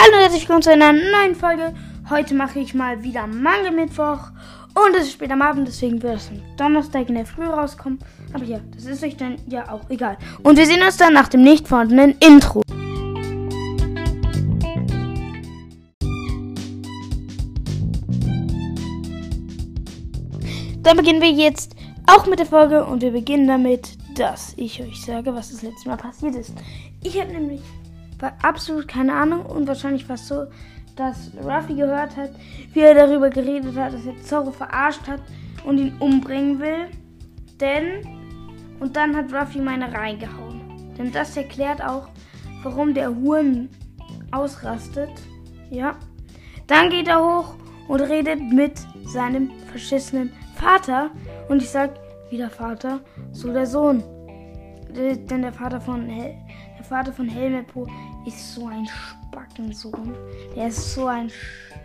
Hallo und herzlich willkommen zu einer neuen Folge. Heute mache ich mal wieder Manga-Mittwoch und es ist spät am Abend, deswegen wird es am Donnerstag in der Früh rauskommen. Aber ja, das ist euch dann ja auch egal. Und wir sehen uns dann nach dem nicht vorhandenen Intro. Dann beginnen wir jetzt auch mit der Folge und wir beginnen damit, dass ich euch sage, was das letzte Mal passiert ist. Ich habe nämlich absolut keine Ahnung und wahrscheinlich war es so, dass Ruffy gehört hat, wie er darüber geredet hat, dass er Zoro verarscht hat und ihn umbringen will. Und dann hat Ruffy meine reingehauen. Denn das erklärt auch, warum der Huren ausrastet. Ja. Dann geht er hoch und redet mit seinem verschissenen Vater. Und ich sag, wie der Vater, so der Sohn. Denn der Vater von Helmeppo ist so ein Spackensohn. Der ist so ein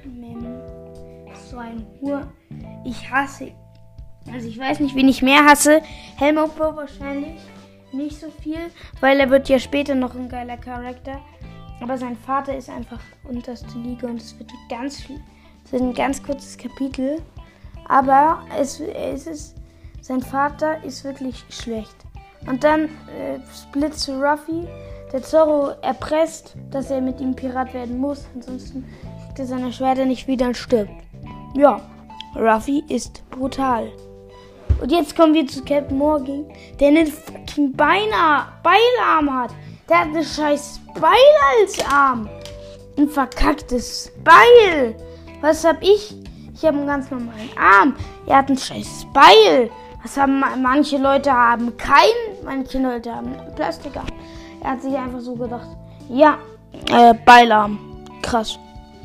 Hur. Ich hasse ihn. Also ich weiß nicht, wen ich mehr hasse. Helmeppo wahrscheinlich nicht so viel, weil er wird ja später noch ein geiler Charakter. Aber sein Vater ist einfach unterste Liga und es wird ein ganz kurzes Kapitel. Aber sein Vater ist wirklich schlecht. Und dann splitzt Ruffy, der Zoro erpresst, dass er mit ihm Pirat werden muss. Ansonsten kriegt er seine Schwerter nicht wieder und stirbt. Ja, Ruffy ist brutal. Und jetzt kommen wir zu Captain Morgan, der einen fucking Beilarm hat. Der hat eine scheiß Beil als Arm. Ein verkacktes Beil. Was hab ich? Ich habe einen ganz normalen Arm. Er hat ein scheiß Beil. Manche Leute haben manche Leute haben einen Plastikarm. Er hat sich einfach so gedacht, ja, Beilarm. Krass.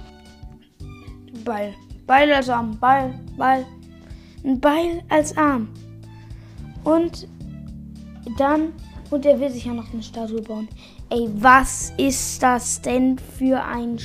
Beil als Arm. Ein Beil als Arm. Und er will sich ja noch eine Statue bauen. Ey, was ist das denn für ein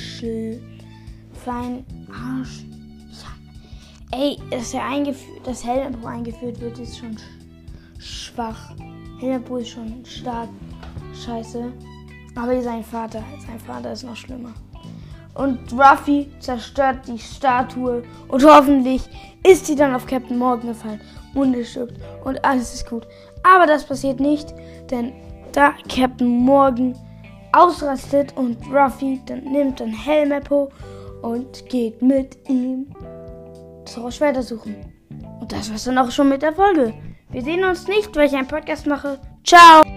Arsch? Ey, dass Helmeppo eingeführt wird, ist schon schwach. Helmeppo ist schon stark. Scheiße. Aber sein Vater ist noch schlimmer. Und Ruffy zerstört die Statue und hoffentlich ist sie dann auf Captain Morgan gefallen und er stirbt und alles ist gut. Aber das passiert nicht, denn da Captain Morgan ausrastet und Ruffy nimmt dann Helmeppo und geht mit ihm Zoro Schwerter suchen. Und das war's dann auch schon mit der Folge. Wir sehen uns nicht, weil ich einen Podcast mache. Ciao!